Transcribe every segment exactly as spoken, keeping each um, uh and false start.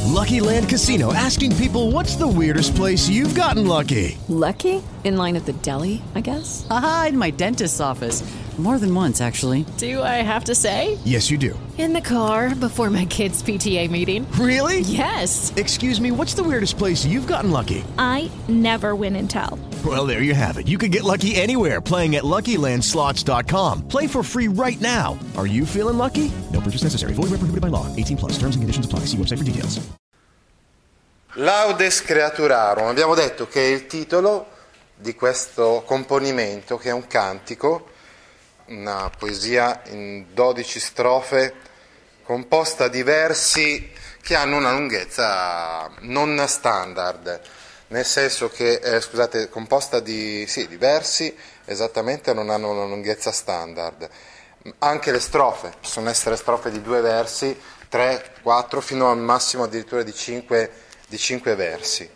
Lucky Land Casino, asking people, what's the weirdest place you've gotten lucky? Lucky? In line at the deli, I guess? Aha, in my dentist's office. More than once, actually. Do I have to say? Yes, you do. In the car before my kids' P T A meeting. Really? Yes. Excuse me, what's the weirdest place you've gotten lucky? I never win and tell. Well, there you have it. You can get lucky anywhere, playing at Lucky Land Slots dot com. Play for free right now. Are you feeling lucky? No purchase necessary. Void where prohibited by law. eighteen plus. Terms and conditions apply. See website for details. Laudes Creaturarum. Abbiamo detto che è il titolo di questo componimento, che è un cantico, una poesia in dodici strofe composta di versi che hanno una lunghezza non standard, nel senso che, eh, scusate, composta di, sì, di versi, esattamente, non hanno una lunghezza standard. Anche le strofe possono essere strofe di due versi, tre, quattro, fino al massimo addirittura di cinque, di cinque versi.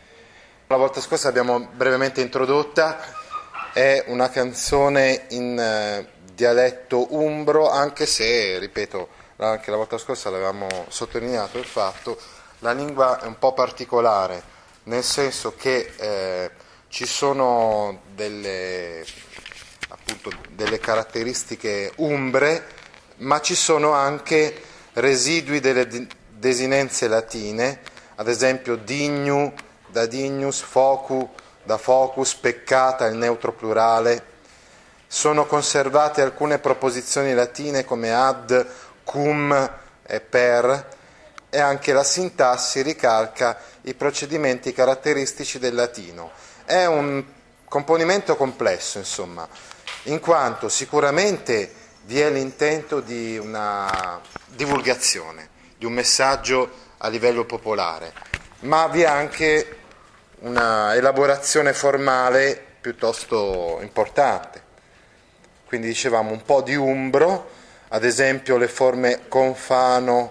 La volta scorsa abbiamo brevemente introdotta. È una canzone in eh, dialetto umbro, anche se, ripeto, anche la volta scorsa l'avevamo sottolineato il fatto, la lingua è un po' particolare, nel senso che eh, ci sono delle, appunto, delle caratteristiche umbre, ma ci sono anche residui delle desinenze latine, ad esempio dignu, da dignus, focu, da focus, peccata, il neutro plurale. Sono conservate alcune proposizioni latine come ad, cum e per, e anche la sintassi ricalca i procedimenti caratteristici del latino. È un componimento complesso, insomma, in quanto sicuramente vi è l'intento di una divulgazione, di un messaggio a livello popolare, ma vi è anche una elaborazione formale piuttosto importante. Quindi dicevamo un po' di umbro, ad esempio le forme confano,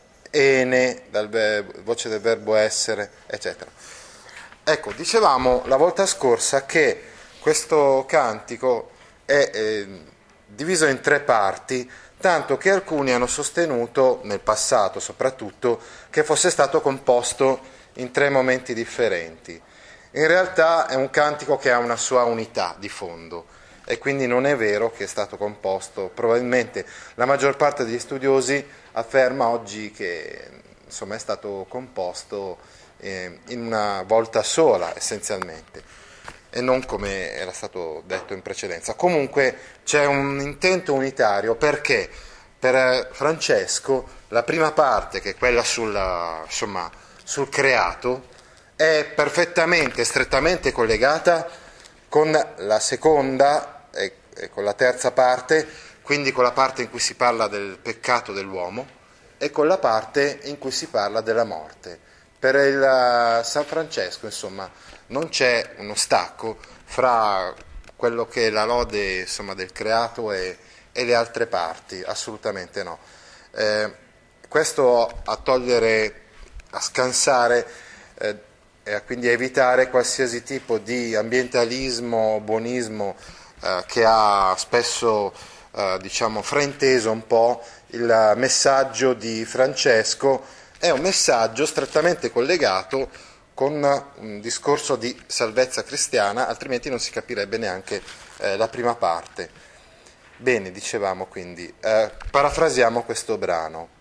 ene, dal verbo, voce del verbo essere, eccetera. Ecco, dicevamo la volta scorsa che questo cantico è eh, diviso in tre parti, tanto che alcuni hanno sostenuto, nel passato soprattutto, che fosse stato composto in tre momenti differenti. In realtà è un cantico che ha una sua unità di fondo e quindi non è vero che è stato composto. Probabilmente la maggior parte degli studiosi afferma oggi che, insomma, è stato composto eh, in una volta sola essenzialmente e non come era stato detto in precedenza. Comunque c'è un intento unitario, perché per Francesco la prima parte, che è quella sulla, insomma, sul creato, è perfettamente, strettamente collegata con la seconda e, e con la terza parte, quindi con la parte in cui si parla del peccato dell'uomo e con la parte in cui si parla della morte. Per il San Francesco, insomma, non c'è uno stacco fra quello che è la lode, insomma, del creato e, e le altre parti, assolutamente no. Eh, questo a togliere, a scansare eh, e quindi a evitare qualsiasi tipo di ambientalismo, buonismo eh, che ha spesso eh, diciamo frainteso un po' il messaggio di Francesco. È un messaggio strettamente collegato con un discorso di salvezza cristiana, altrimenti non si capirebbe neanche eh, la prima parte. Bene, dicevamo quindi, eh, parafrasiamo questo brano.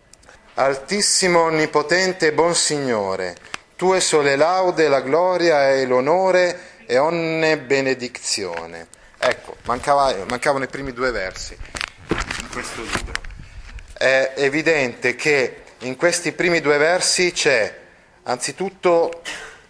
Altissimo, onnipotente, buon Signore, Tue sole laude, la gloria e l'onore e onne benedizione. Ecco, mancava, mancavano i primi due versi in questo libro. È evidente che in questi primi due versi c'è anzitutto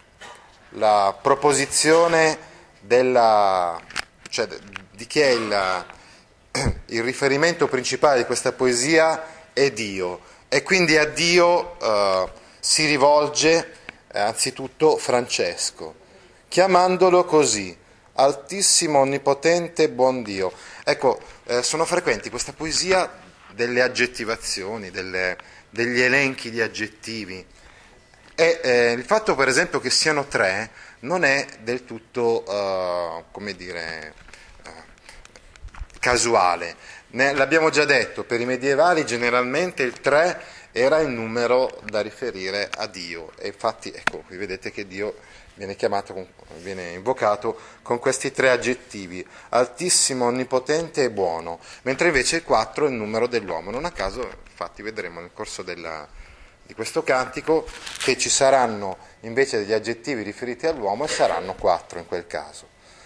la proposizione della, cioè di chi è il, il riferimento principale di questa poesia è Dio, e quindi a Dio eh, si rivolge eh, anzitutto Francesco, chiamandolo così: Altissimo, onnipotente, buon Dio. Ecco, eh, sono frequenti questa poesia delle aggettivazioni, delle, degli elenchi di aggettivi, e eh, il fatto per esempio che siano tre non è del tutto, uh, come dire, uh, casuale. Ne, l'abbiamo già detto, per i medievali generalmente il tre era il numero da riferire a Dio, e infatti ecco, qui vedete che Dio viene chiamato, con, viene invocato con questi tre aggettivi: altissimo, onnipotente e buono, mentre invece il quattro è il numero dell'uomo. Non a caso, infatti, vedremo nel corso della, di questo cantico che ci saranno invece degli aggettivi riferiti all'uomo, e saranno quattro in quel caso.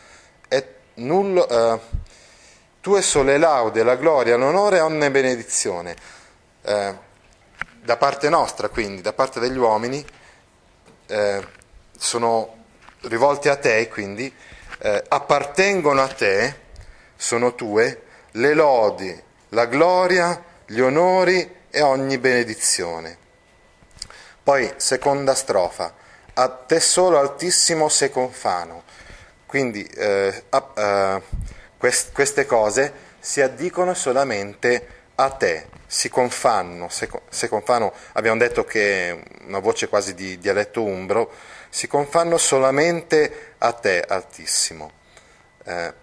È nullo, eh, tue sole laude, la gloria, l'onore e ogni benedizione. Eh, da parte nostra, quindi, da parte degli uomini, eh, sono rivolti a te, quindi eh, appartengono a te, sono tue, le lodi, la gloria, gli onori e ogni benedizione. Poi, seconda strofa: a te solo altissimo se confano. Quindi eh, a, uh, quest, queste cose si addicono solamente a te, si confanno, se, se confano abbiamo detto che è una voce quasi di dialetto umbro, si confanno solamente a te, Altissimo. Eh,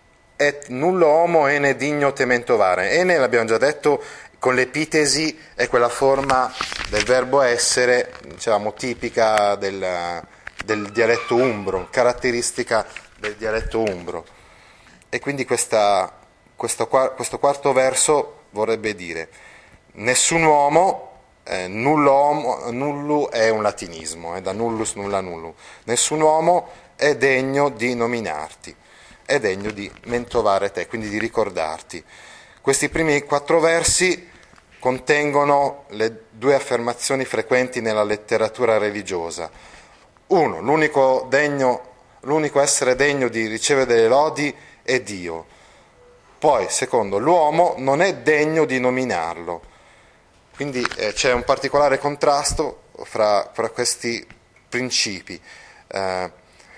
et nullo homo ene digno tementovare. Ene, l'abbiamo già detto, con l'epitesi è quella forma del verbo essere, diciamo, tipica del, del dialetto umbro, caratteristica del dialetto umbro. E quindi questa, questo, questo quarto verso vorrebbe dire: nessun uomo, eh, nullo homo, nullu è un latinismo, eh, da nullus nulla nullu, nessun uomo è degno di nominarti, è degno di mentovare te, quindi di ricordarti. Questi primi quattro versi contengono le due affermazioni frequenti nella letteratura religiosa. Uno, l'unico, degno, l'unico essere degno di ricevere delle lodi è Dio. Poi, secondo, l'uomo non è degno di nominarlo. Quindi eh, c'è un particolare contrasto fra, fra questi principi. Eh,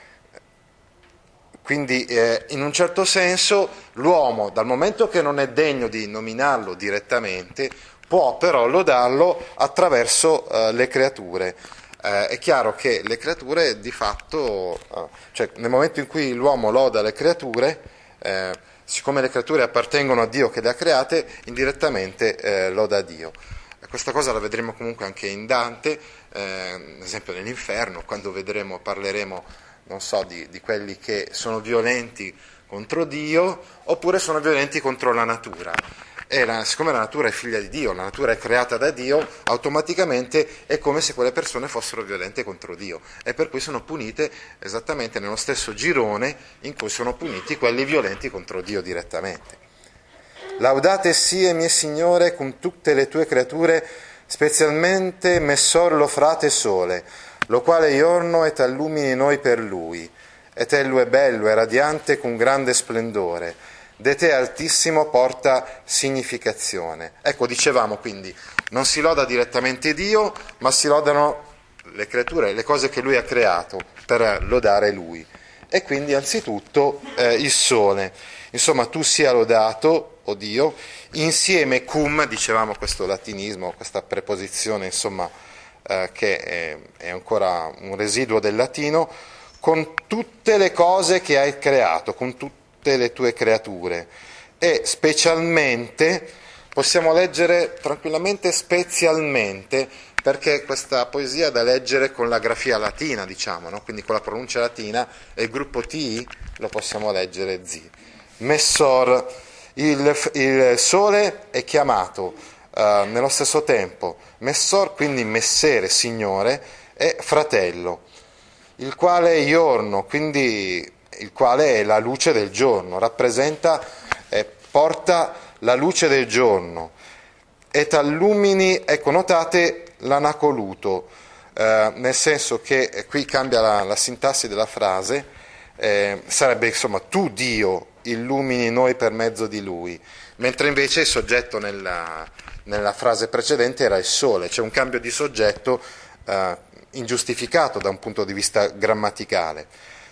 quindi eh, in un certo senso l'uomo, dal momento che non è degno di nominarlo direttamente, può però lodarlo attraverso eh, le creature. Eh, è chiaro che le creature di fatto, eh, cioè nel momento in cui l'uomo loda le creature, eh, siccome le creature appartengono a Dio che le ha create, indirettamente eh, loda Dio. E questa cosa la vedremo comunque anche in Dante, eh, ad esempio nell'inferno, quando vedremo, parleremo, non so, di, di quelli che sono violenti contro Dio oppure sono violenti contro la natura. E la, siccome la natura è figlia di Dio, la natura è creata da Dio, automaticamente è come se quelle persone fossero violente contro Dio, e per cui sono punite esattamente nello stesso girone in cui sono puniti quelli violenti contro Dio direttamente. Laudate sie, mie Signore, con tutte le tue creature, specialmente Messor lo frate sole, lo quale giorno et allumini noi per lui, et ello è bello e radiante con grande splendore, de te altissimo porta significazione. Ecco, dicevamo quindi, non si loda direttamente Dio, ma si lodano le creature, le cose che Lui ha creato per lodare Lui. E quindi anzitutto eh, il sole. Insomma, tu sia lodato, o Dio, insieme cum, dicevamo questo latinismo, questa preposizione, insomma, eh, che è, è ancora un residuo del latino, con tutte le cose che hai creato, con tutte le tue creature, e specialmente, possiamo leggere tranquillamente spezialmente, perché questa poesia è da leggere con la grafia latina, diciamo, no? Quindi con la pronuncia latina, e il gruppo T I lo possiamo leggere Z. Messor, il, il sole è chiamato uh, nello stesso tempo Messor, quindi messere, signore, e fratello, il quale è giorno, quindi il quale è la luce del giorno, rappresenta e porta la luce del giorno. Et allumini, ecco, notate l'anacoluto, eh, nel senso che eh, qui cambia la, la sintassi della frase, eh, sarebbe insomma tu Dio illumini noi per mezzo di Lui, mentre invece il soggetto nella, nella frase precedente era il sole, c'è un cambio di soggetto eh, ingiustificato da un punto di vista grammaticale.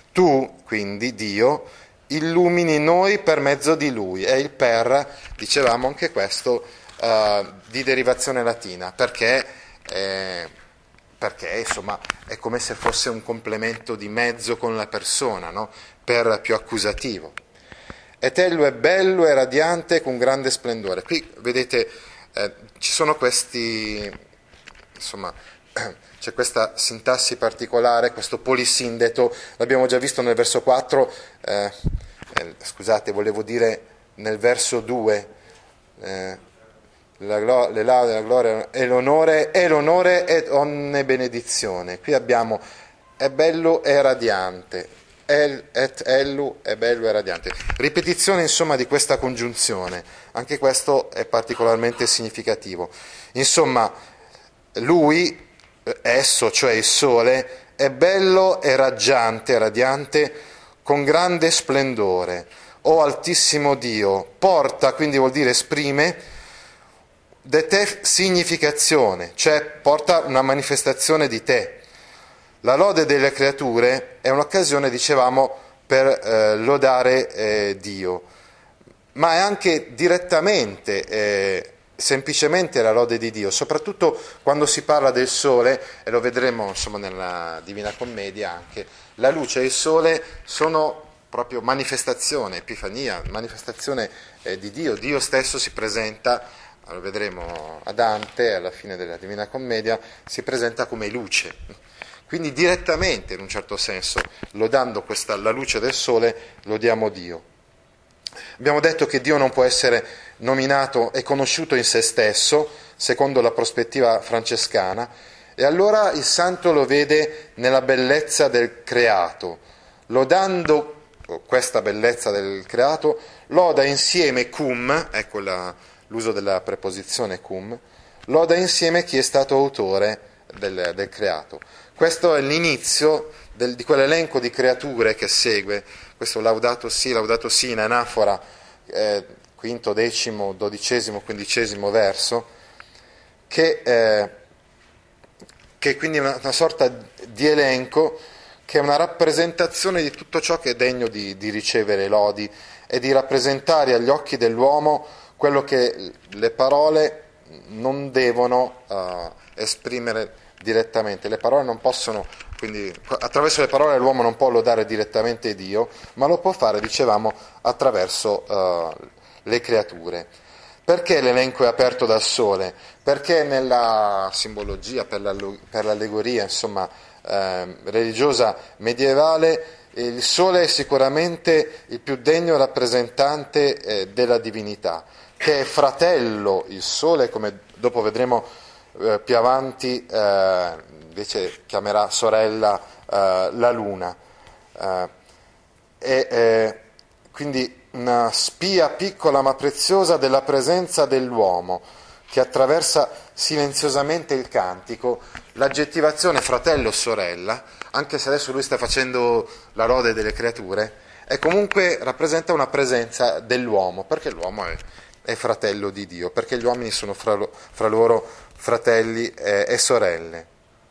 Tu, quindi, Dio, illumini noi per mezzo di Lui. E il per, dicevamo anche questo, uh, di derivazione latina, perché, eh, perché insomma, è come se fosse un complemento di mezzo con la persona, no? Per più accusativo. Et ello è bello e radiante con grande splendore. Qui, vedete, eh, ci sono questi, insomma, c'è questa sintassi particolare, questo polisindeto, l'abbiamo già visto nel verso quattro, eh, eh, scusate, volevo dire nel verso due, eh, la glo- le laude, la gloria e l'onore, e l'onore e onne benedizione. Qui abbiamo è bello e radiante, el, et ellu è bello e radiante. Ripetizione insomma di questa congiunzione, anche questo è particolarmente significativo. Insomma, lui, esso, cioè il sole, è bello e raggiante, radiante, con grande splendore. O altissimo Dio, porta, quindi vuol dire esprime, de te significazione, cioè porta una manifestazione di te. La lode delle creature è un'occasione, dicevamo, per eh, lodare eh, Dio, ma è anche direttamente, eh, semplicemente la lode di Dio, soprattutto quando si parla del sole, e lo vedremo insomma nella Divina Commedia anche, la luce e il sole sono proprio manifestazione, epifania, manifestazione eh, di Dio. Dio stesso si presenta, lo vedremo a Dante alla fine della Divina Commedia, si presenta come luce, quindi direttamente in un certo senso, lodando questa, la luce del sole, lodiamo Dio. Abbiamo detto che Dio non può essere nominato e conosciuto in se stesso, secondo la prospettiva francescana, e allora il santo lo vede nella bellezza del creato. Lodando questa bellezza del creato, loda insieme cum, ecco la, l'uso della preposizione cum, loda insieme chi è stato autore del, del creato. Questo è l'inizio del, di quell'elenco di creature che segue, questo laudato si, laudato si in anafora, eh, quinto, decimo, dodicesimo, quindicesimo verso, che, eh, che è quindi una, una sorta di elenco che è una rappresentazione di tutto ciò che è degno di, di ricevere lodi e di rappresentare agli occhi dell'uomo quello che le parole non devono uh, esprimere direttamente. Le parole non possono, quindi attraverso le parole l'uomo non può lodare direttamente Dio, ma lo può fare, dicevamo, attraverso uh, le creature. Perché l'elenco è aperto dal sole? Perché nella simbologia, per, la, per l'allegoria, insomma, eh, religiosa medievale, il sole è sicuramente il più degno rappresentante eh, della divinità, che è fratello, il sole, come dopo vedremo eh, più avanti, eh, invece chiamerà sorella eh, la luna. Eh, e eh, quindi una spia piccola ma preziosa della presenza dell'uomo, che attraversa silenziosamente il cantico. L'aggettivazione fratello o sorella, anche se adesso lui sta facendo la lode delle creature, è comunque rappresenta una presenza dell'uomo, perché l'uomo è, è fratello di Dio, perché gli uomini sono fra, lo, fra loro fratelli eh, e sorelle.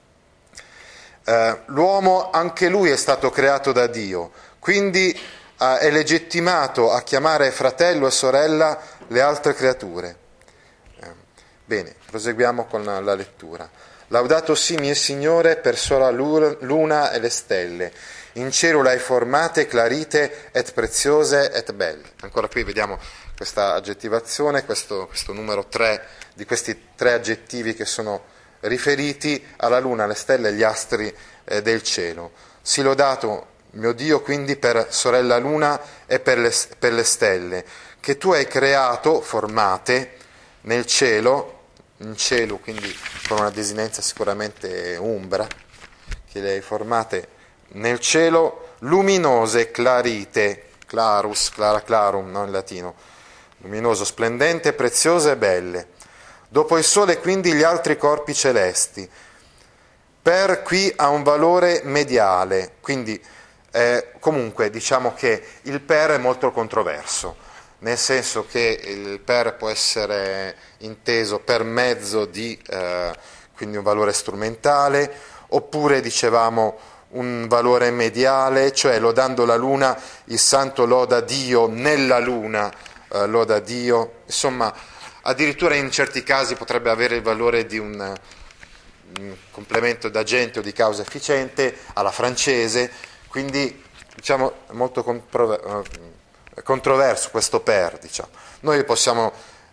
Eh, l'uomo, anche lui è stato creato da Dio, quindi eh, è legittimato a chiamare fratello e sorella le altre creature. Eh, bene, proseguiamo con la, la lettura. Laudato si mio Signore per sola luna e le stelle, in cielo l'hai formate clarite et preziose et belle. Ancora qui vediamo questa aggettivazione, questo, questo numero tre, di questi tre aggettivi che sono riferiti alla luna, alle stelle e agli astri eh, del cielo. Sii lodato mio Dio quindi per sorella luna e per le, per le stelle, che tu hai creato, formate, nel cielo, in cielo, quindi con una desinenza sicuramente umbra, che le hai formate nel cielo, luminose, clarite, clarus, clara clarum, no, in latino, luminoso, splendente, preziose e belle. Dopo il sole quindi gli altri corpi celesti. Per qui ha un valore mediale, quindi eh, comunque diciamo che il per è molto controverso, nel senso che il per può essere inteso per mezzo di eh, quindi un valore strumentale, oppure dicevamo un valore mediale, cioè lodando la luna il santo loda Dio nella luna, eh, loda Dio, insomma addirittura in certi casi potrebbe avere il valore di un, un complemento d'agente o di causa efficiente alla francese, quindi diciamo molto controverso controverso questo per, diciamo. Noi possiamo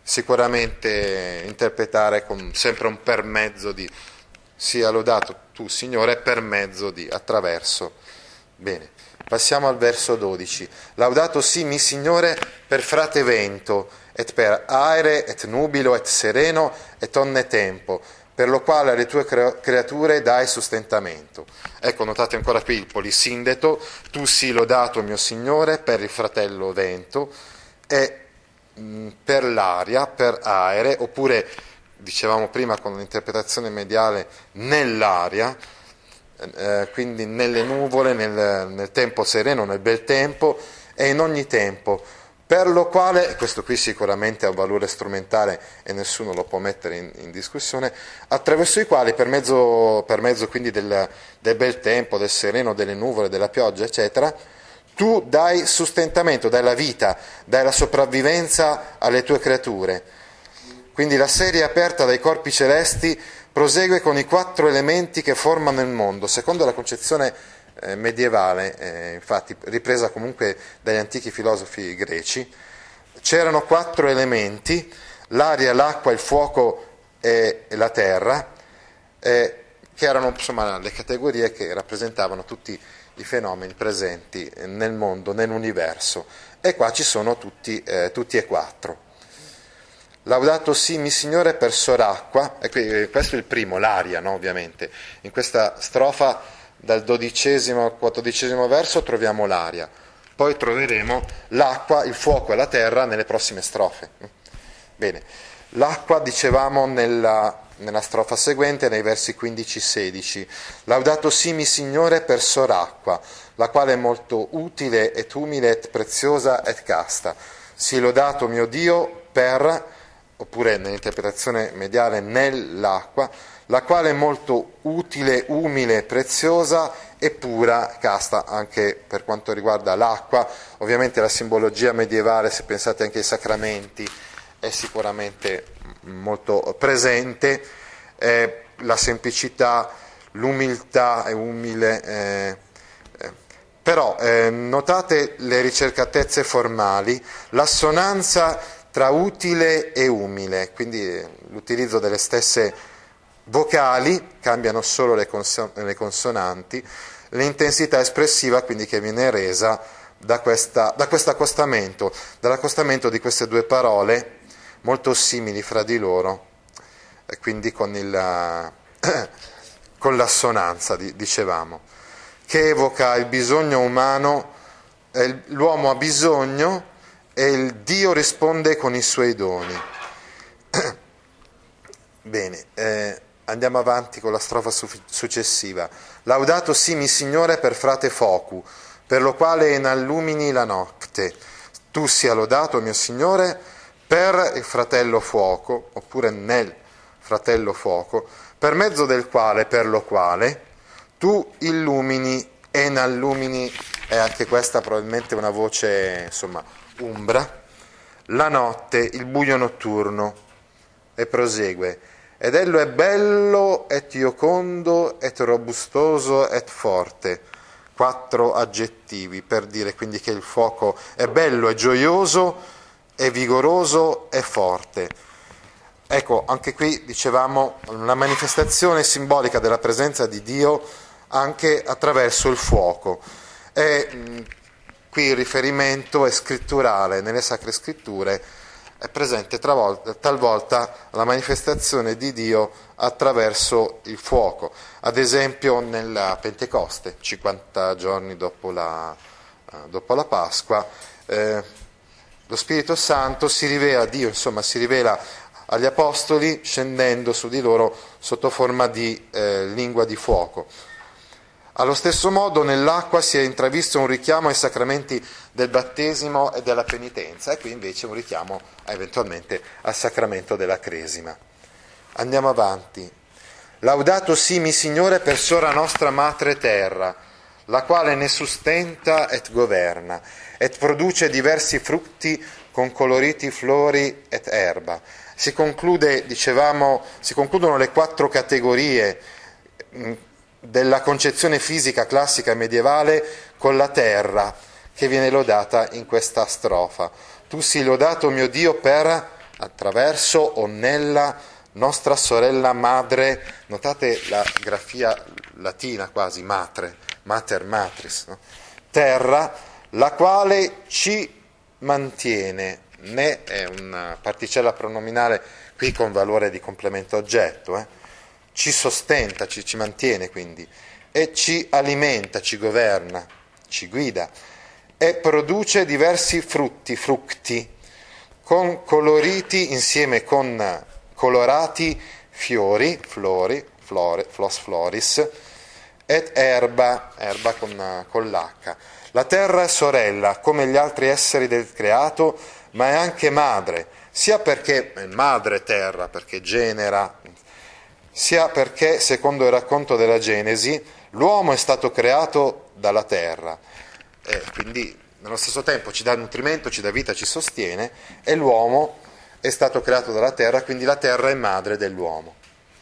sicuramente interpretare con sempre un per mezzo di sia lodato tu Signore per mezzo di attraverso. Bene, passiamo al verso dodici. Laudato si mi Signore per frate vento et per aere et nubilo et sereno et onne tempo, per lo quale alle tue creature dai sostentamento. Ecco, notate ancora qui il polisindeto, tu sii lodato mio Signore per il fratello vento e mh, per l'aria, per aere, oppure dicevamo prima con l'interpretazione mediale nell'aria, eh, quindi nelle nuvole, nel, nel tempo sereno, nel bel tempo e in ogni tempo, per lo quale, questo qui sicuramente ha un valore strumentale e nessuno lo può mettere in, in discussione, attraverso i quali per mezzo, per mezzo quindi del, del bel tempo, del sereno, delle nuvole, della pioggia, eccetera, tu dai sostentamento, dai la vita, dai la sopravvivenza alle tue creature. Quindi la serie aperta dai corpi celesti prosegue con i quattro elementi che formano il mondo, secondo la concezione eh, medievale, eh, infatti ripresa comunque dagli antichi filosofi greci. C'erano quattro elementi, l'aria, l'acqua, il fuoco e, e la terra, eh, che erano insomma le categorie che rappresentavano tutti i fenomeni presenti nel mondo, nell'universo, e qua ci sono tutti, eh, tutti e quattro. Laudato si mi Signore per soracqua, e qui, questo è il primo, l'aria, no, ovviamente. In questa strofa dal dodicesimo al quattordicesimo verso troviamo l'aria, poi troveremo l'acqua, il fuoco e la terra nelle prossime strofe. Bene, l'acqua dicevamo nella, nella strofa seguente, nei versi quindici sedici. Laudato si mi Signore per soracqua, la quale è molto utile et umile et preziosa et casta. Sii lodato mio Dio per, oppure nell'interpretazione mediale nell'acqua, la quale è molto utile, umile, preziosa e pura, casta, anche per quanto riguarda l'acqua. Ovviamente la simbologia medievale, se pensate anche ai sacramenti, è sicuramente molto presente, eh, la semplicità, l'umiltà è umile, eh, eh, però eh, notate le ricercatezze formali, l'assonanza tra utile e umile, quindi l'utilizzo delle stesse vocali, cambiano solo le, conson- le consonanti, l'intensità espressiva quindi che viene resa da, questa, da questo accostamento, dall'accostamento di queste due parole molto simili fra di loro, e quindi con, il, con l'assonanza, dicevamo, che evoca il bisogno umano, eh, l'uomo ha bisogno e il Dio risponde con i suoi doni. Bene, eh, andiamo avanti con la strofa su- successiva. Laudato si mi Signore per frate focu, per lo quale inallumini la notte. Tu sia lodato, mio Signore, per il fratello fuoco, oppure nel fratello fuoco, per mezzo del quale, per lo quale, tu illumini e inallumini, e anche questa probabilmente una voce, insomma, umbra, la notte, il buio notturno, e prosegue. Ed ello è bello, et iocondo, et robustoso, et forte. Quattro aggettivi per dire quindi che il fuoco è bello, è gioioso, è vigoroso, è forte. Ecco, anche qui dicevamo la manifestazione simbolica della presenza di Dio anche attraverso il fuoco. E mh, qui il riferimento è scritturale, nelle Sacre Scritture è presente travolta, talvolta la manifestazione di Dio attraverso il fuoco. Ad esempio nella Pentecoste, cinquanta giorni dopo la, dopo la Pasqua, eh, lo Spirito Santo si rivela, Dio insomma si rivela agli Apostoli scendendo su di loro sotto forma di eh, lingua di fuoco. Allo stesso modo nell'acqua si è intravisto un richiamo ai sacramenti del battesimo e della penitenza, e qui invece un richiamo eventualmente al sacramento della cresima. Andiamo avanti. Laudato si mi Signore per sora nostra Matre Terra, la quale ne sustenta et governa, et produce diversi frutti con coloriti flori et erba. Si conclude, dicevamo, si concludono le quattro categorie della concezione fisica classica medievale con la terra, che viene lodata in questa strofa. Tu sii lodato mio Dio per attraverso o nella nostra sorella madre, notate la grafia latina quasi, matre, mater matris, no? Terra, la quale ci mantiene, ne è una particella pronominale qui con valore di complemento oggetto, eh? Ci sostenta, ci, ci mantiene quindi, e ci alimenta, ci governa, ci guida, e produce diversi frutti, frutti, con coloriti insieme con colorati fiori, flori, flore, flos floris, et erba, erba con, con l'H. La terra è sorella, come gli altri esseri del creato, ma è anche madre, sia perché è madre terra, perché genera, sia perché, secondo il racconto della Genesi, l'uomo è stato creato dalla terra, e quindi nello stesso tempo ci dà nutrimento, ci dà vita, ci sostiene, e l'uomo è stato creato dalla terra, quindi la terra è madre dell'uomo.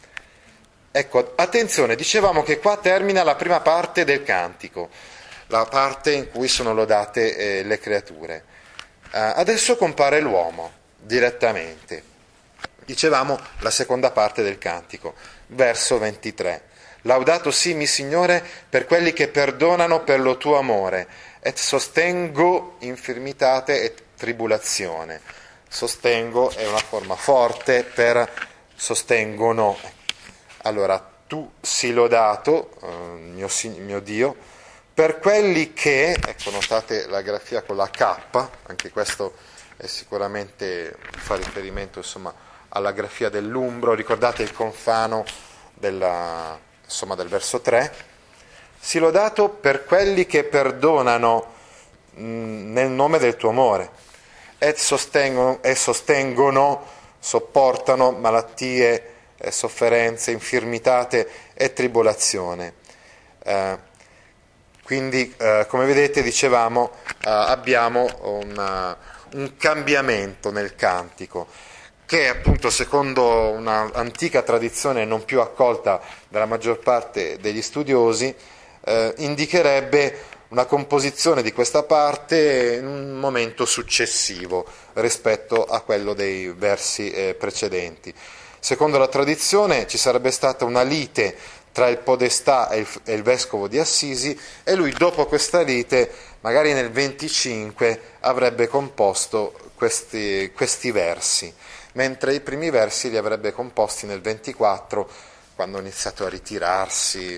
Ecco, attenzione, dicevamo che qua termina la prima parte del cantico, la parte in cui sono lodate eh, le creature. Eh, adesso compare l'uomo direttamente. Dicevamo la seconda parte del cantico, verso ventitré. Laudato sii, Signore, per quelli che perdonano per lo tuo amore, et sostengo infirmitate et tribulazione. Sostengo è una forma forte per sostengono. Allora, tu sii lodato, eh, mio, mio Dio, per quelli che, ecco, notate la grafia con la K, anche questo è sicuramente fa riferimento, insomma, alla grafia dell'umbro, ricordate il confano della, insomma, del verso tre, sii lodato per quelli che perdonano mh, nel nome del tuo amore, e sostengono, e sostengono, sopportano malattie, eh, sofferenze, infirmitate e tribolazione. Eh, quindi, eh, come vedete, dicevamo, eh, abbiamo una, un cambiamento nel cantico, che appunto, secondo un'antica tradizione non più accolta dalla maggior parte degli studiosi, eh, indicherebbe una composizione di questa parte in un momento successivo rispetto a quello dei versi eh, precedenti. Secondo la tradizione ci sarebbe stata una lite tra il podestà e il, e il vescovo di Assisi, e lui dopo questa lite, magari nel venticinque, avrebbe composto questi, questi versi, mentre i primi versi li avrebbe composti nel ventiquattro, quando ha iniziato a ritirarsi,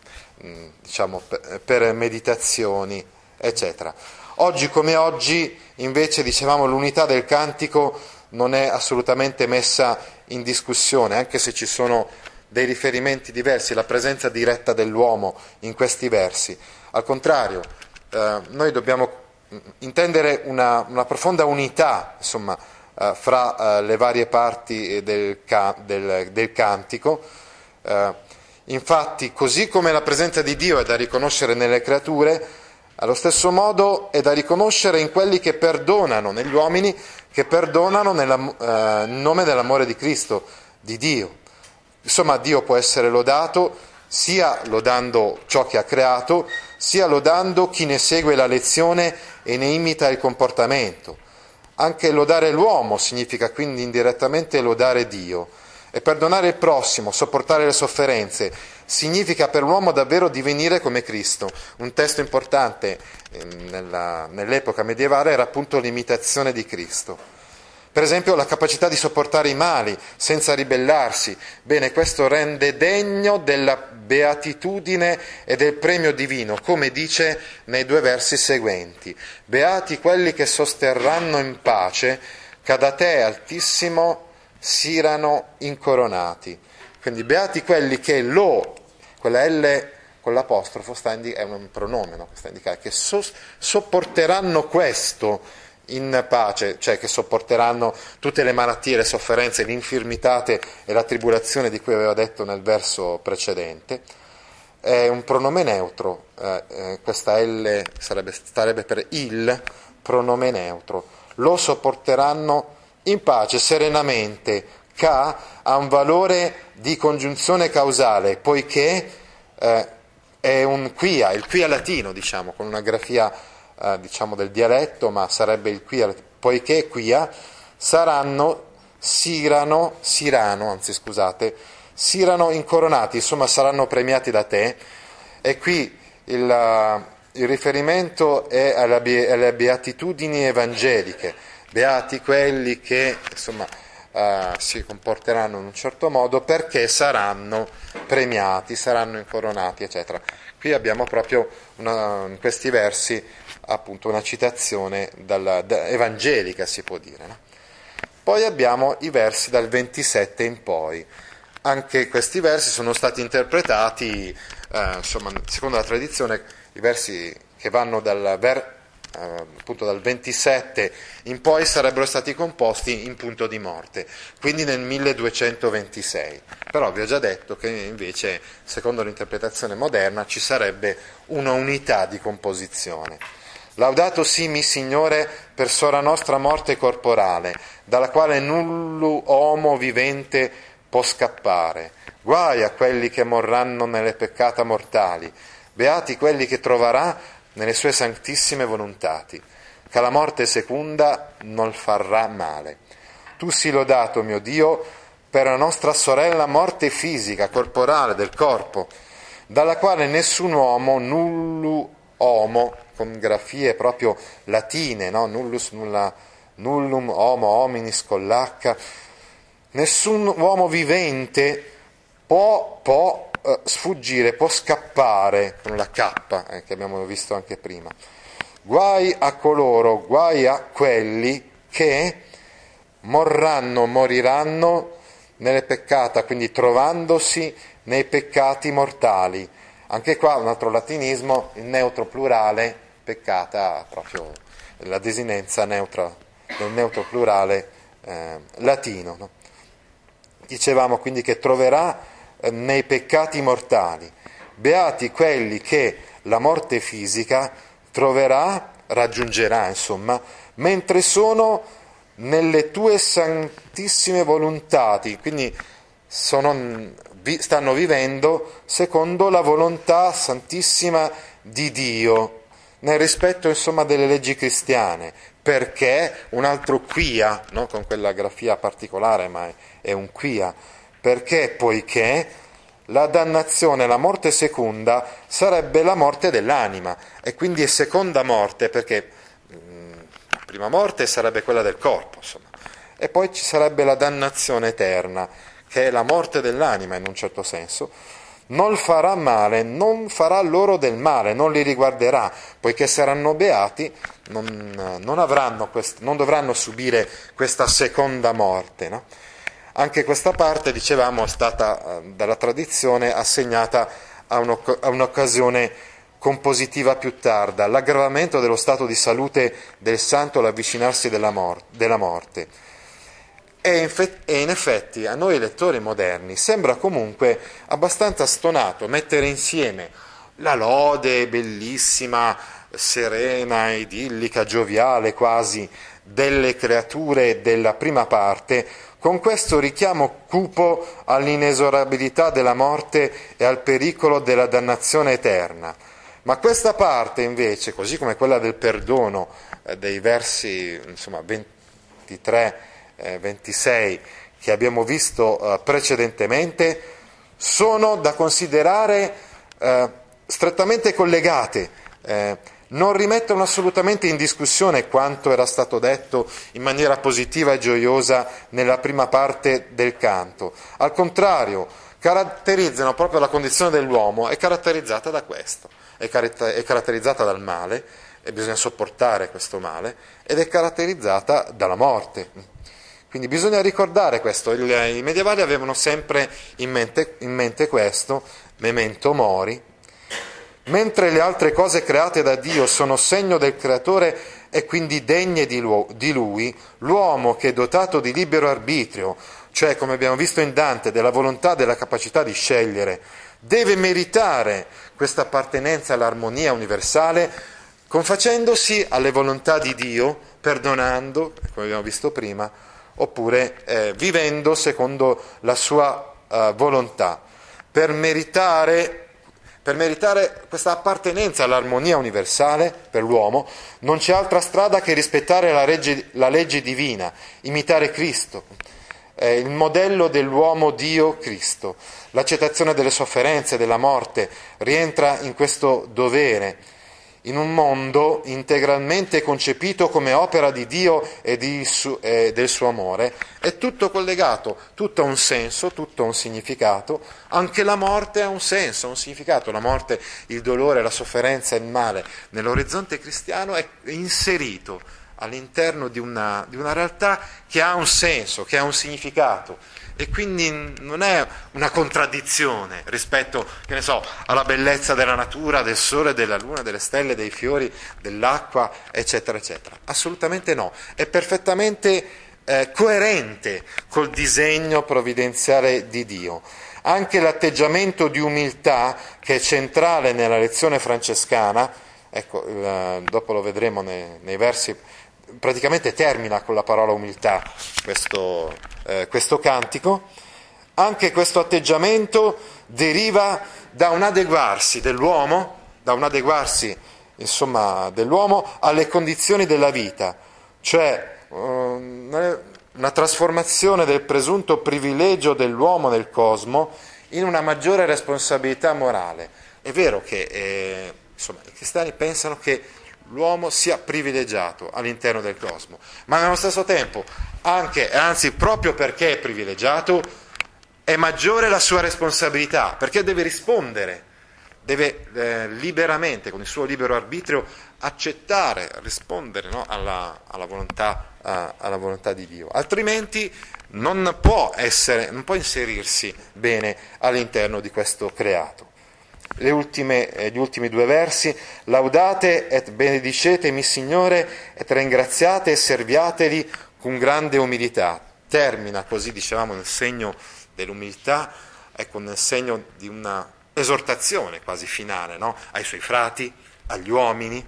diciamo, per meditazioni, eccetera. Oggi come oggi, invece, dicevamo, l'unità del cantico non è assolutamente messa in discussione, anche se ci sono dei riferimenti diversi, la presenza diretta dell'uomo in questi versi. Al contrario, eh, noi dobbiamo intendere una, una profonda unità, insomma, eh, fra eh, le varie parti del, del, del cantico. Eh, Infatti, così come la presenza di Dio è da riconoscere nelle creature, allo stesso modo è da riconoscere in quelli che perdonano, negli uomini che perdonano nel eh, nome dell'amore di Cristo, di Dio. Insomma, Dio può essere lodato sia lodando ciò che ha creato, sia lodando chi ne segue la lezione e ne imita il comportamento. Anche lodare l'uomo significa quindi indirettamente lodare Dio. E perdonare il prossimo, sopportare le sofferenze, significa per l'uomo davvero divenire come Cristo. Un testo importante eh, nella, nell'epoca medievale era appunto l'imitazione di Cristo. Per esempio, la capacità di sopportare i mali senza ribellarsi. Bene, questo rende degno della beatitudine e del premio divino, come dice nei due versi seguenti. Beati quelli che sosterranno in pace, che da te, Altissimo, siano incoronati. Quindi beati quelli che lo, quella L con l'apostrofo sta indi- è un pronome, no? Sta a indicare che so- sopporteranno questo in pace, cioè che sopporteranno tutte le malattie, le sofferenze, le infirmitate e la tribolazione di cui aveva detto nel verso precedente. È un pronome neutro, eh, eh, questa L sarebbe, starebbe per il, pronome neutro. Lo sopporteranno in pace, serenamente. Ca ha un valore di congiunzione causale, poiché eh, è un quia, il quia latino, diciamo, con una grafia eh, diciamo del dialetto, ma sarebbe il quia, poiché quia saranno sirano, sirano, anzi scusate, sirano incoronati, insomma saranno premiati da te. E qui il, il riferimento è alla, alle beatitudini evangeliche, beati quelli che insomma uh, si comporteranno in un certo modo perché saranno premiati, saranno incoronati, eccetera. Qui abbiamo proprio una, in questi versi appunto una citazione dalla, da, evangelica, si può dire, no? Poi abbiamo i versi dal ventisette in poi. Anche questi versi sono stati interpretati, eh, insomma, secondo la tradizione, i versi che vanno dal, ver, eh, appunto dal ventisette in poi sarebbero stati composti in punto di morte, quindi nel milleduecentoventisei. Però vi ho già detto che invece, secondo l'interpretazione moderna, ci sarebbe una unità di composizione. Laudato simi, Signore, per sora nostra morte corporale, dalla quale nullo uomo vivente può scappare. Guai a quelli che morranno nelle peccata mortali, beati quelli che troverà nelle sue santissime volontati, che la morte secunda non farà male. Tu sii lodato, mio Dio, per la nostra sorella morte fisica, corporale, del corpo, dalla quale nessun uomo, nullo homo, con grafie proprio latine, no? Nullus, nulla, nullum, homo, hominis, con l'H, nessun uomo vivente può, può uh, sfuggire, può scappare, con la K, eh, che abbiamo visto anche prima. Guai a coloro, guai a quelli che morranno, moriranno nelle peccata, quindi trovandosi nei peccati mortali. Anche qua un altro latinismo, il neutro plurale, peccata, proprio la desinenza neutra, del neutro plurale eh, latino. No? Dicevamo quindi che troverà eh, nei peccati mortali. Beati quelli che la morte fisica troverà, raggiungerà, insomma, mentre sono nelle tue santissime volontati, quindi sono, stanno vivendo secondo la volontà santissima di Dio, nel rispetto insomma delle leggi cristiane, perché un altro quia, no? Con quella grafia particolare, ma è, è un quia, perché poiché la dannazione, la morte seconda, sarebbe la morte dell'anima, e quindi è seconda morte, perché mh, la prima morte sarebbe quella del corpo, insomma, e poi ci sarebbe la dannazione eterna, che è la morte dell'anima in un certo senso. Non farà male, non farà loro del male, non li riguarderà, poiché saranno beati, non, non, avranno quest, non dovranno subire questa seconda morte. No? Anche questa parte, dicevamo, è stata eh, dalla tradizione assegnata a, un'oc- a un'occasione compositiva più tarda, l'aggravamento dello stato di salute del santo all'avvicinarsi della, mor- della morte. E in effetti a noi lettori moderni sembra comunque abbastanza stonato mettere insieme la lode bellissima, serena, idillica, gioviale quasi delle creature della prima parte con questo richiamo cupo all'inesorabilità della morte e al pericolo della dannazione eterna. Ma questa parte invece, così come quella del perdono eh, dei versi insomma, ventitré ventisei che abbiamo visto uh, precedentemente, sono da considerare uh, strettamente collegate, eh, non rimettono assolutamente in discussione quanto era stato detto in maniera positiva e gioiosa nella prima parte del canto. Al contrario, caratterizzano proprio la condizione dell'uomo, è caratterizzata da questo, è, car- è caratterizzata dal male, e bisogna sopportare questo male, ed è caratterizzata dalla morte. Quindi bisogna ricordare questo, Il, i medievali avevano sempre in mente, in mente questo, memento mori, mentre le altre cose create da Dio sono segno del Creatore e quindi degne di, lu- di Lui, l'uomo che è dotato di libero arbitrio, cioè come abbiamo visto in Dante, della volontà, della capacità di scegliere, deve meritare questa appartenenza all'armonia universale, confacendosi alle volontà di Dio, perdonando, come abbiamo visto prima, oppure eh, vivendo secondo la sua uh, volontà, per meritare, per meritare questa appartenenza all'armonia universale per l'uomo. Non c'è altra strada che rispettare la legge, la legge divina, imitare Cristo, eh, il modello dell'uomo Dio Cristo. L'accettazione delle sofferenze, della morte, rientra in questo dovere, in un mondo integralmente concepito come opera di Dio e di su, eh, del suo amore. È tutto collegato, tutto ha un senso, tutto ha un significato, anche la morte ha un senso, ha un significato. La morte, il dolore, la sofferenza, il male, nell'orizzonte cristiano è inserito all'interno di una, di una realtà che ha un senso, che ha un significato. E quindi non è una contraddizione rispetto, che ne so, alla bellezza della natura, del sole, della luna, delle stelle, dei fiori, dell'acqua, eccetera, eccetera. Assolutamente no. È perfettamente eh, coerente col disegno provvidenziale di Dio. Anche l'atteggiamento di umiltà, che è centrale nella lezione francescana, ecco, eh, dopo lo vedremo nei, nei versi, praticamente termina con la parola umiltà questo, eh, questo cantico. Anche questo atteggiamento deriva da un adeguarsi dell'uomo, da un adeguarsi insomma dell'uomo alle condizioni della vita, cioè um, una trasformazione del presunto privilegio dell'uomo nel cosmo in una maggiore responsabilità morale. È vero che eh, insomma, i cristiani pensano che l'uomo sia privilegiato all'interno del cosmo, ma nello stesso tempo, anche, anzi proprio perché è privilegiato, è maggiore la sua responsabilità, perché deve rispondere, deve eh, liberamente, con il suo libero arbitrio, accettare, rispondere no, alla, alla, volontà, uh, alla volontà di Dio. Altrimenti non può essere, non può inserirsi bene all'interno di questo creato. Le ultime, eh, gli ultimi due versi: laudate et benedicetemi Signore, et ringraziate e serviateli con grande umilità. Termina così, dicevamo, nel segno dell'umiltà, ecco, nel segno di una esortazione quasi finale, no? Ai suoi frati, agli uomini,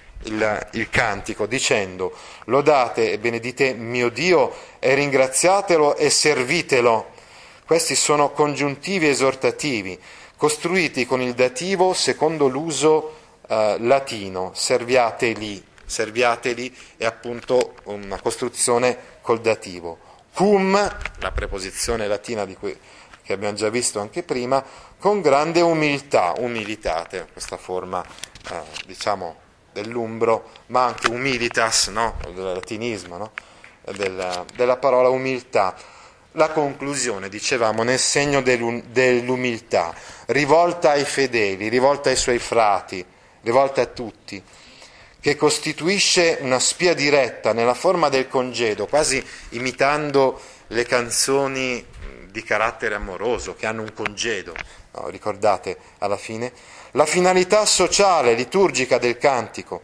il, il cantico, dicendo: lodate e benedite mio Dio e ringraziatelo e servitelo. Questi sono congiuntivi esortativi, costruiti con il dativo secondo l'uso eh, latino, serviateli, serviateli è appunto una costruzione col dativo. Cum, la preposizione latina di cui, che abbiamo già visto anche prima, con grande umiltà, umilitate, questa forma eh, diciamo dell'umbro, ma anche humilitas, no? Del latinismo, no? Del, della parola umiltà. La conclusione, dicevamo, nel segno dell'umiltà, rivolta ai fedeli, rivolta ai suoi frati, rivolta a tutti, che costituisce una spia diretta nella forma del congedo, quasi imitando le canzoni di carattere amoroso che hanno un congedo, no, ricordate alla fine, la finalità sociale, liturgica del cantico,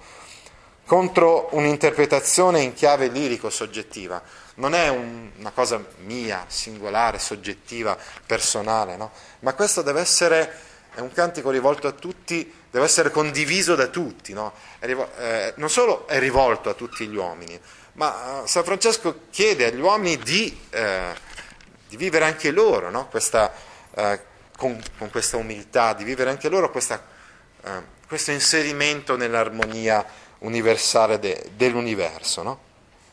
contro un'interpretazione in chiave lirico-soggettiva. Non è un, una cosa mia, singolare, soggettiva, personale, no? Ma questo deve essere, è un cantico rivolto a tutti, deve essere condiviso da tutti, no? È rivol- eh, non solo è rivolto a tutti gli uomini, ma eh, San Francesco chiede agli uomini di, eh, di vivere anche loro, no? Questa, eh, con, con questa umiltà, di vivere anche loro questa, eh, questo inserimento nell'armonia universale de, dell'universo, no?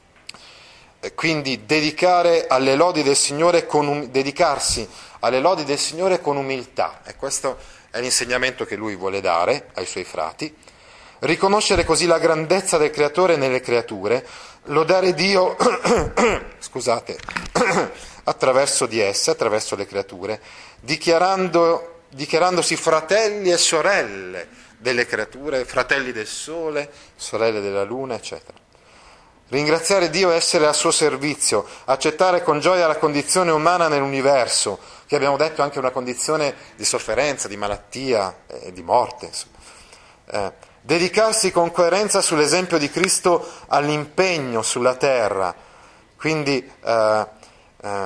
Quindi dedicare alle lodi del Signore con um, dedicarsi alle lodi del Signore con umiltà, e questo è l'insegnamento che lui vuole dare ai suoi frati. Riconoscere così la grandezza del Creatore nelle creature, lodare Dio scusate attraverso di esse, attraverso le creature, dichiarando, dichiarandosi fratelli e sorelle delle creature, fratelli del sole, sorelle della luna, eccetera. Ringraziare Dio e essere a suo servizio, accettare con gioia la condizione umana nell'universo, che abbiamo detto anche una condizione di sofferenza, di malattia e eh, di morte. Eh, dedicarsi con coerenza sull'esempio di Cristo all'impegno sulla terra. Quindi eh, eh,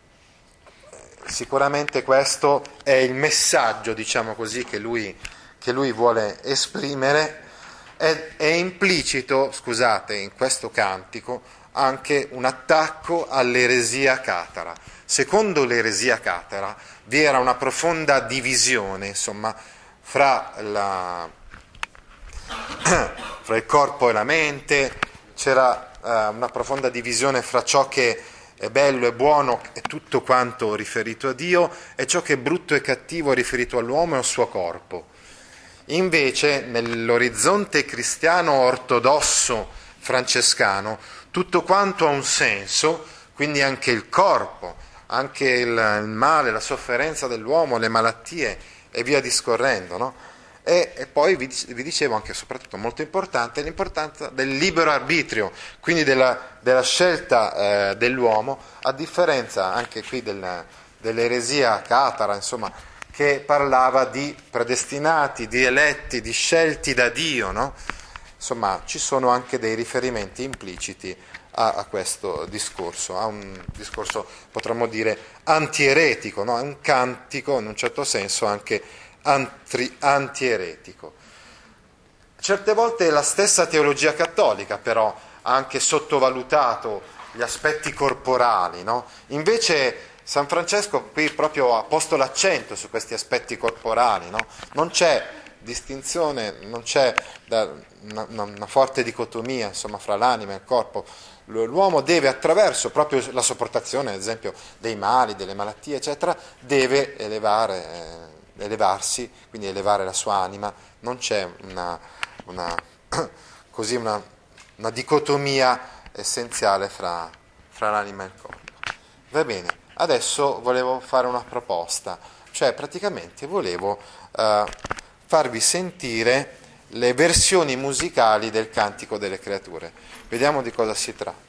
sicuramente questo è il messaggio, diciamo così, che lui, che lui vuole esprimere. È, è implicito, scusate, in questo cantico anche un attacco all'eresia catara. Secondo l'eresia catara vi era una profonda divisione, insomma, fra, la, fra il corpo e la mente, c'era uh, una profonda divisione fra ciò che è bello e buono è tutto quanto riferito a Dio, e ciò che è brutto e cattivo è riferito all'uomo e al suo corpo. Invece, nell'orizzonte cristiano ortodosso francescano, tutto quanto ha un senso, quindi anche il corpo, anche il, il male, la sofferenza dell'uomo, le malattie e via discorrendo, no? E, e poi vi, vi dicevo anche, soprattutto molto importante, l'importanza del libero arbitrio, quindi della, della scelta eh, dell'uomo, a differenza anche qui del, dell'eresia catara, insomma, che parlava di predestinati, di eletti, di scelti da Dio, no? Insomma, ci sono anche dei riferimenti impliciti a, a questo discorso, a un discorso, potremmo dire, antieretico, no? È un cantico, in un certo senso, anche Antri, antieretico. Certe volte la stessa teologia cattolica però ha anche sottovalutato gli aspetti corporali, no? Invece San Francesco qui proprio ha posto l'accento su questi aspetti corporali, no? Non c'è distinzione, non c'è una, una forte dicotomia, insomma, fra l'anima e il corpo. L'uomo deve, attraverso proprio la sopportazione, ad esempio, dei mali, delle malattie, eccetera, deve elevare eh, elevarsi, quindi elevare la sua anima. Non c'è una, una, così una, una dicotomia essenziale fra, fra l'anima e il corpo. Va bene, adesso volevo fare una proposta, cioè praticamente volevo uh, farvi sentire le versioni musicali del Cantico delle Creature. Vediamo di cosa si tratta.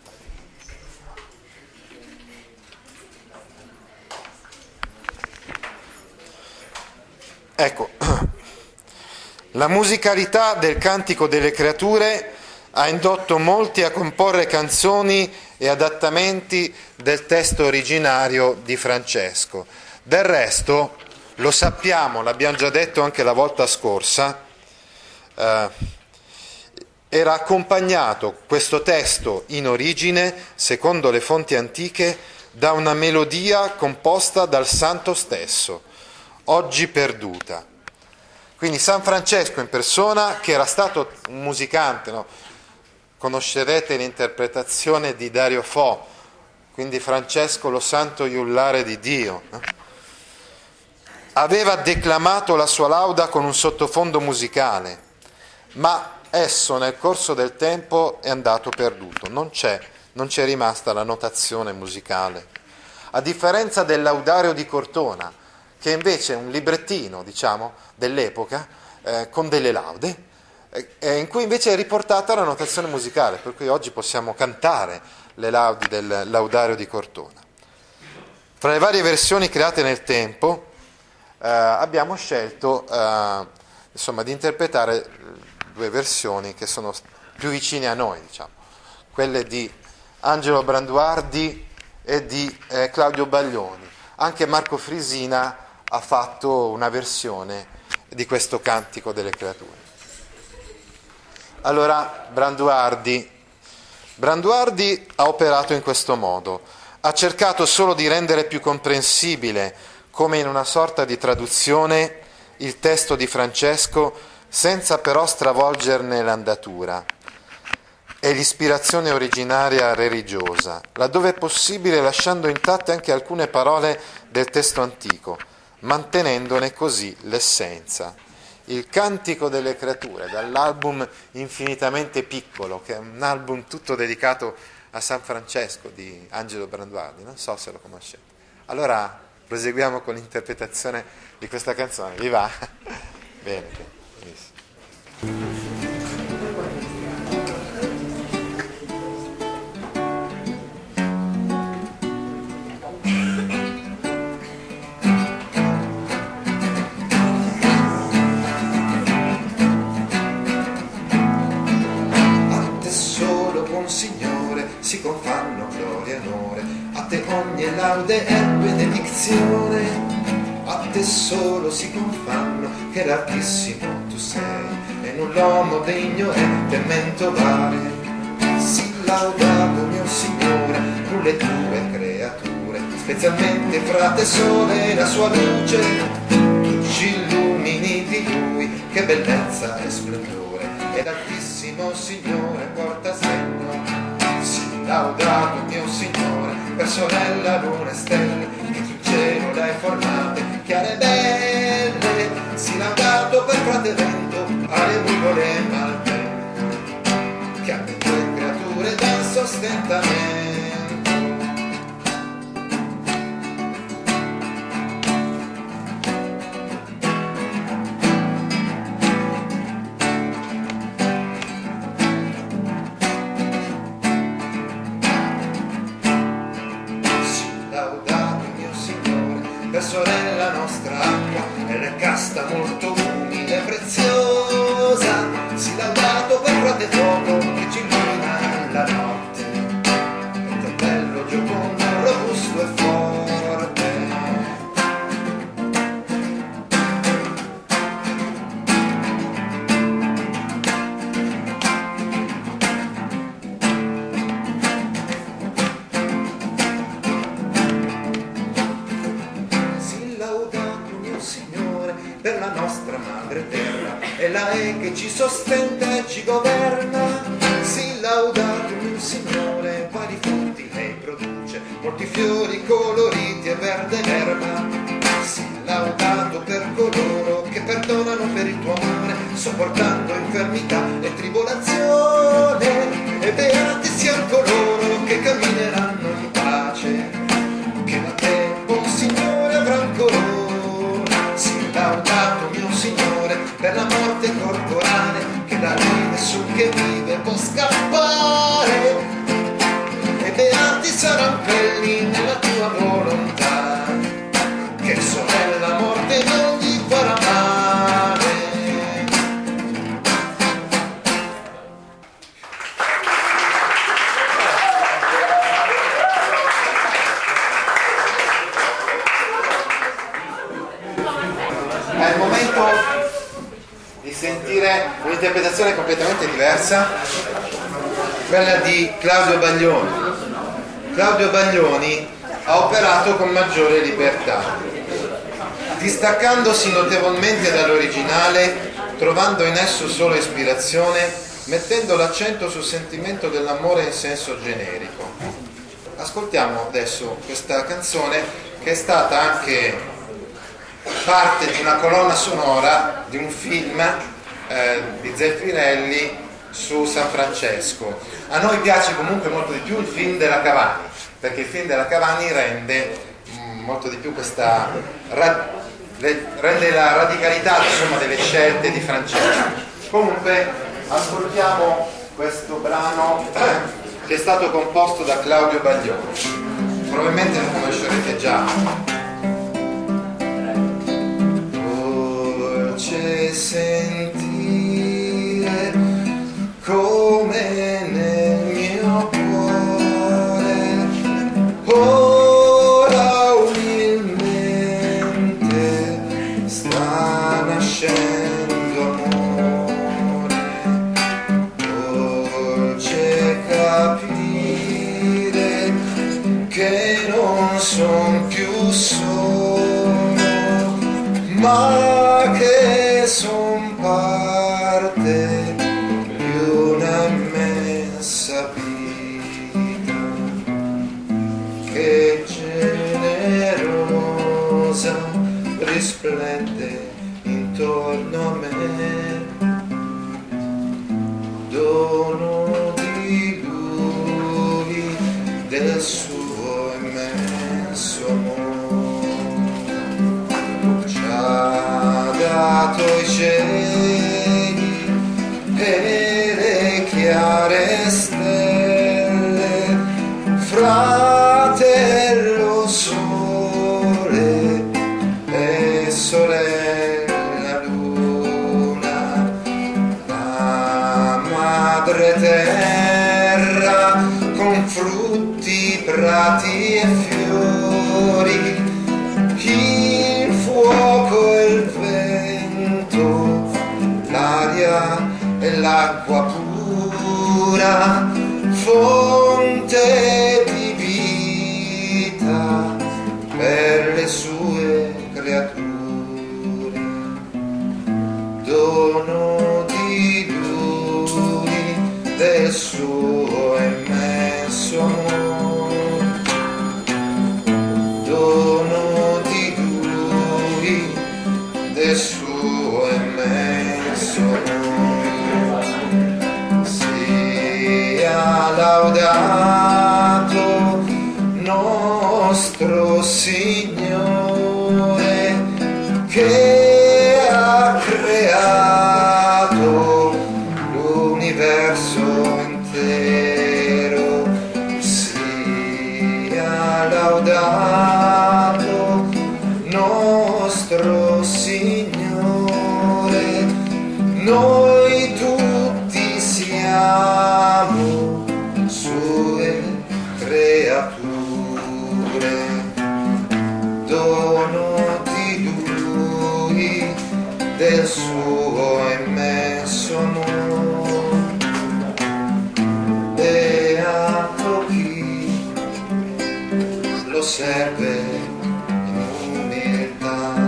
Ecco, la musicalità del Cantico delle Creature ha indotto molti a comporre canzoni e adattamenti del testo originario di Francesco. Del resto, lo sappiamo, l'abbiamo già detto anche la volta scorsa, eh, era accompagnato questo testo in origine, secondo le fonti antiche, da una melodia composta dal santo stesso, oggi perduta. Quindi San Francesco in persona, che era stato un musicante, no? Conoscerete l'interpretazione di Dario Fo, quindi Francesco lo santo iullare di Dio, no? Aveva declamato la sua lauda con un sottofondo musicale, ma esso nel corso del tempo è andato perduto, non c'è, non c'è rimasta la notazione musicale. A differenza del Laudario di Cortona, che invece è un librettino, diciamo, dell'epoca, eh, con delle laude, eh, in cui invece è riportata la notazione musicale, per cui oggi possiamo cantare le laudi del Laudario di Cortona. Fra le varie versioni create nel tempo, eh, abbiamo scelto eh, insomma, di interpretare due versioni che sono più vicine a noi, diciamo, quelle di Angelo Branduardi e di eh, Claudio Baglioni. Anche Marco Frisina ha fatto una versione di questo Cantico delle Creature. Allora, Branduardi. Branduardi ha operato in questo modo. Ha cercato solo di rendere più comprensibile, come in una sorta di traduzione, il testo di Francesco, senza però stravolgerne l'andatura e l'ispirazione originaria religiosa, laddove è possibile lasciando intatte anche alcune parole del testo antico, mantenendone così l'essenza. Il Cantico delle Creature, dall'album Infinitamente Piccolo, che è un album tutto dedicato a San Francesco di Angelo Branduardi, non so se lo conoscete. Allora proseguiamo con l'interpretazione di questa canzone, vi va? Bene, benissimo. Si confanno gloria e onore, a te ogni laude e benedizione, a te solo si confanno che l'altissimo tu sei, e null'uomo degno è temento vale. Si laudato mio Signore, tu le tue creature, specialmente fra te sole e la sua luce, tu ci illumini di lui, che bellezza e splendore, ed altissimo Signore porta segno. Laudato mio Signore, per sorella, luna e stelle, che sul cielo le hai formate, chiare e belle, si laudato per frate vento, alle nuvole e malbelle, che alle tue creature dan sostentamento. Sorella nostra acqua, ella è casta, molto umile e preziosa, si laudato per frate fuoco che ci illumina la notte, è bello, giocondo, robusto e forte. Per la nostra madre terra, è lei che ci sostenta e ci governa. Sì, laudato mio Signore, vari frutti lei produce, molti fiori coloriti e verde l'erba. Sì, laudato per coloro che perdonano per il tuo amore, sopportando infermità e tribolazione. E beati siano coloro che cammineranno in pace, che da te, buon Signore, avranno coloro. Laudato mio Signore per la morte corporale, che da lì nessun che vive può scappare. E beati saranno quelli nella tua volontà, che sorella morte non gli farà male. È il momento di sentire un'interpretazione completamente diversa, quella di Claudio Baglioni. Claudio Baglioni ha operato con maggiore libertà, distaccandosi notevolmente dall'originale, trovando in esso solo ispirazione, mettendo l'accento sul sentimento dell'amore in senso generico. Ascoltiamo adesso questa canzone, che è stata anche parte di una colonna sonora di un film eh, di Zeffirelli su San Francesco. A noi piace comunque molto di più il film della Cavani, perché il film della Cavani rende mh, molto di più questa ra- le, rende la radicalità, insomma, delle scelte di Francesco. Comunque ascoltiamo questo brano che è stato composto da Claudio Baglioni, probabilmente lo conoscerete già. Sentire come nel mio cuore ora umilmente sta nascendo amore, dolce capire che non son più solo, ma che son parte di una immensa vita che generosa risplende intorno a me, dono di lui, del suo immenso amore. Dato i cieli e le chiare stelle, fratello sole e sorella luna, la madre terra con frutti, prati e fiori, il fuoco e il vento, l'aria e l'acqua pura, fonte di vita per le sue creature, dono di lui, del suo immenso amore. sia laudato nostro Signore che ha creato l'universo intero. Sia laudato nostro Signore, noi tutti siamo sue creature, dono di Lui, del suo immenso amore. Beato chi lo serve in umiltà.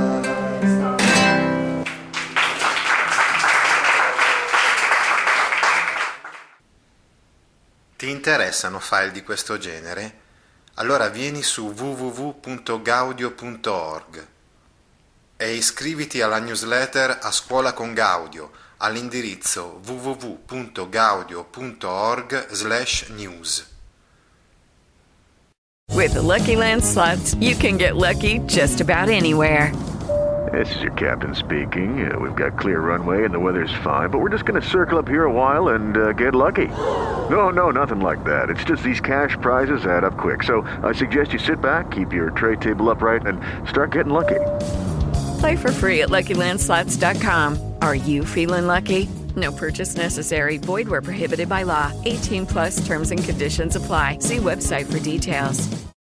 Ti interessano file di questo genere? Allora vieni su w w w punto gaudio punto org e iscriviti alla newsletter A Scuola con Gaudio all'indirizzo w w w punto gaudio punto org slash news. With the Lucky Land Slots, you can get lucky just about anywhere. This is your captain speaking. Uh, we've got clear runway and the weather's fine, but we're just going to circle up here a while and uh, get lucky. No, no, nothing like that. It's just these cash prizes add up quick. So I suggest you sit back, keep your tray table upright, and start getting lucky. Play for free at Lucky Land Slots dot com. Are you feeling lucky? No purchase necessary. Void where prohibited by law. eighteen plus terms and conditions apply. See website for details.